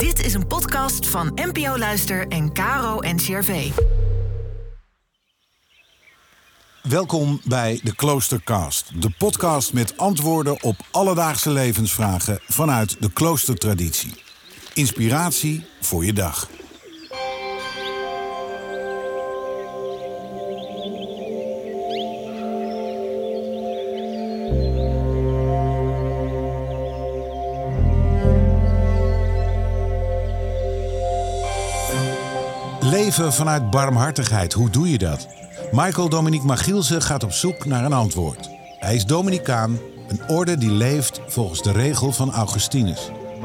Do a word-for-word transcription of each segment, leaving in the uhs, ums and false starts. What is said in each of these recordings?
Dit is een podcast van N P O Luister en K R O N C R V. Welkom bij de Kloostercast, de podcast met antwoorden op alledaagse levensvragen vanuit de kloostertraditie. Inspiratie voor je dag. Leven vanuit barmhartigheid, hoe doe je dat? Michael Dominique Magielsen gaat op zoek naar een antwoord. Hij is Dominicaan, een orde die leeft volgens de regel van Augustinus.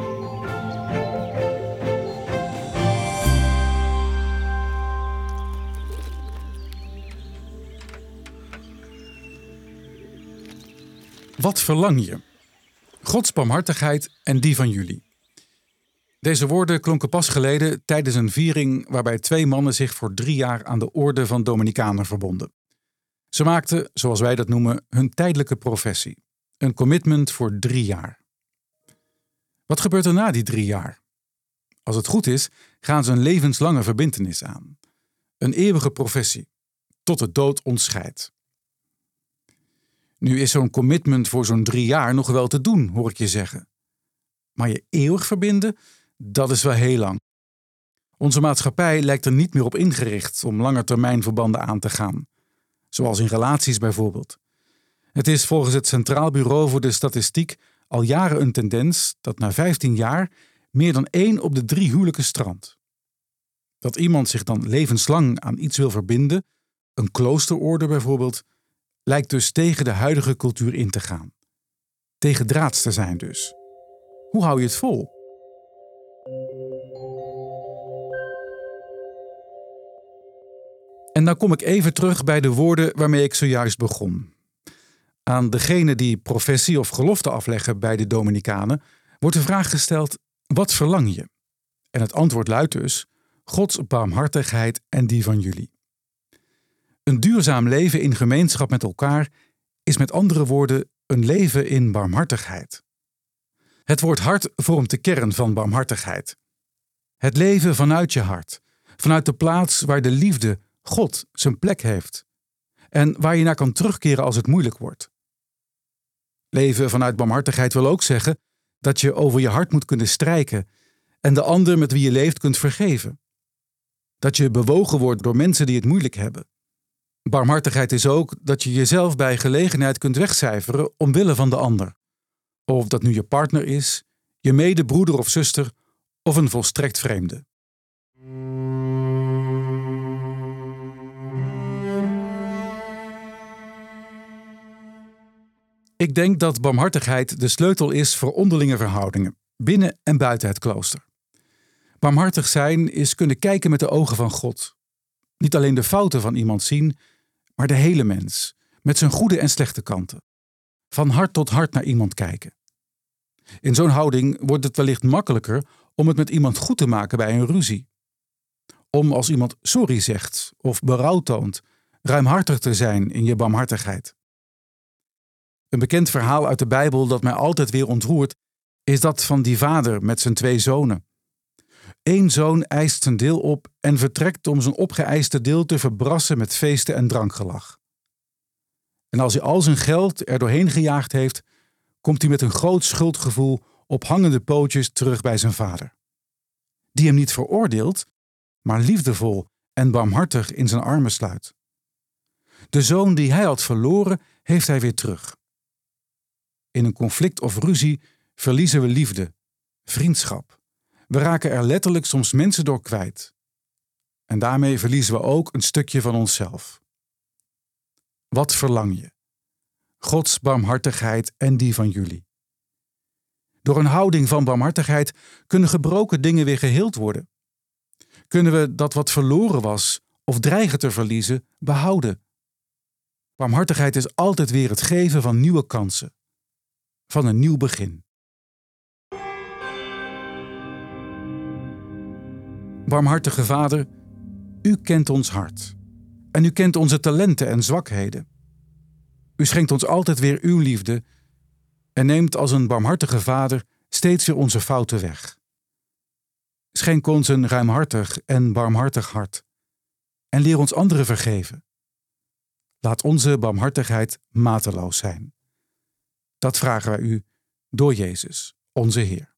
Wat verlang je? Gods barmhartigheid en die van jullie. Deze woorden klonken pas geleden tijdens een viering waarbij twee mannen zich voor drie jaar aan de orde van Dominicanen verbonden. Ze maakten, zoals wij dat noemen, hun tijdelijke professie. Een commitment voor drie jaar. Wat gebeurt er na die drie jaar? Als het goed is, gaan ze een levenslange verbintenis aan. Een eeuwige professie, tot de dood ons scheidt. Nu is zo'n commitment voor zo'n drie jaar nog wel te doen, hoor ik je zeggen. Maar je eeuwig verbinden, dat is wel heel lang. Onze maatschappij lijkt er niet meer op ingericht om langetermijnverbanden aan te gaan. Zoals in relaties bijvoorbeeld. Het is volgens het Centraal Bureau voor de Statistiek al jaren een tendens dat na vijftien jaar meer dan één op de drie huwelijken strandt. Dat iemand zich dan levenslang aan iets wil verbinden, een kloosterorde bijvoorbeeld, lijkt dus tegen de huidige cultuur in te gaan. Tegendraads te zijn dus. Hoe hou je het vol? En dan kom ik even terug bij de woorden waarmee ik zojuist begon. Aan degene die professie of gelofte afleggen bij de Dominicanen wordt de vraag gesteld: wat verlang je? En het antwoord luidt dus: Gods barmhartigheid en die van jullie. Een duurzaam leven in gemeenschap met elkaar is met andere woorden een leven in barmhartigheid. Het woord hart vormt de kern van barmhartigheid. Het leven vanuit je hart, vanuit de plaats waar de liefde, God, zijn plek heeft. En waar je naar kan terugkeren als het moeilijk wordt. Leven vanuit barmhartigheid wil ook zeggen dat je over je hart moet kunnen strijken en de ander met wie je leeft kunt vergeven. Dat je bewogen wordt door mensen die het moeilijk hebben. Barmhartigheid is ook dat je jezelf bij gelegenheid kunt wegcijferen omwille van de ander. Of dat nu je partner is, je medebroeder of zuster of een volstrekt vreemde. Ik denk dat barmhartigheid de sleutel is voor onderlinge verhoudingen, binnen en buiten het klooster. Barmhartig zijn is kunnen kijken met de ogen van God. Niet alleen de fouten van iemand zien, maar de hele mens, met zijn goede en slechte kanten. Van hart tot hart naar iemand kijken. In zo'n houding wordt het wellicht makkelijker om het met iemand goed te maken bij een ruzie. Om als iemand sorry zegt of berouw toont, ruimhartig te zijn in je barmhartigheid. Een bekend verhaal uit de Bijbel dat mij altijd weer ontroert, is dat van die vader met zijn twee zonen. Eén zoon eist zijn deel op en vertrekt om zijn opgeëiste deel te verbrassen met feesten en drankgelach. En als hij al zijn geld er doorheen gejaagd heeft, komt hij met een groot schuldgevoel op hangende pootjes terug bij zijn vader. Die hem niet veroordeelt, maar liefdevol en barmhartig in zijn armen sluit. De zoon die hij had verloren, heeft hij weer terug. In een conflict of ruzie verliezen we liefde, vriendschap. We raken er letterlijk soms mensen door kwijt. En daarmee verliezen we ook een stukje van onszelf. Wat verlang je? Gods barmhartigheid en die van jullie. Door een houding van barmhartigheid kunnen gebroken dingen weer geheeld worden. Kunnen we dat wat verloren was of dreigen te verliezen behouden. Barmhartigheid is altijd weer het geven van nieuwe kansen. Van een nieuw begin. Barmhartige Vader, u kent ons hart. En u kent onze talenten en zwakheden. U schenkt ons altijd weer uw liefde en neemt als een barmhartige Vader steeds weer onze fouten weg. Schenk ons een ruimhartig en barmhartig hart. En leer ons anderen vergeven. Laat onze barmhartigheid mateloos zijn. Dat vragen wij u door Jezus, onze Heer.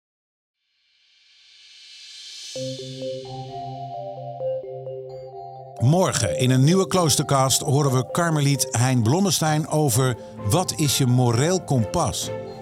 Morgen in een nieuwe Kloostercast horen we karmeliet Hein Blommestein over wat is je moreel kompas?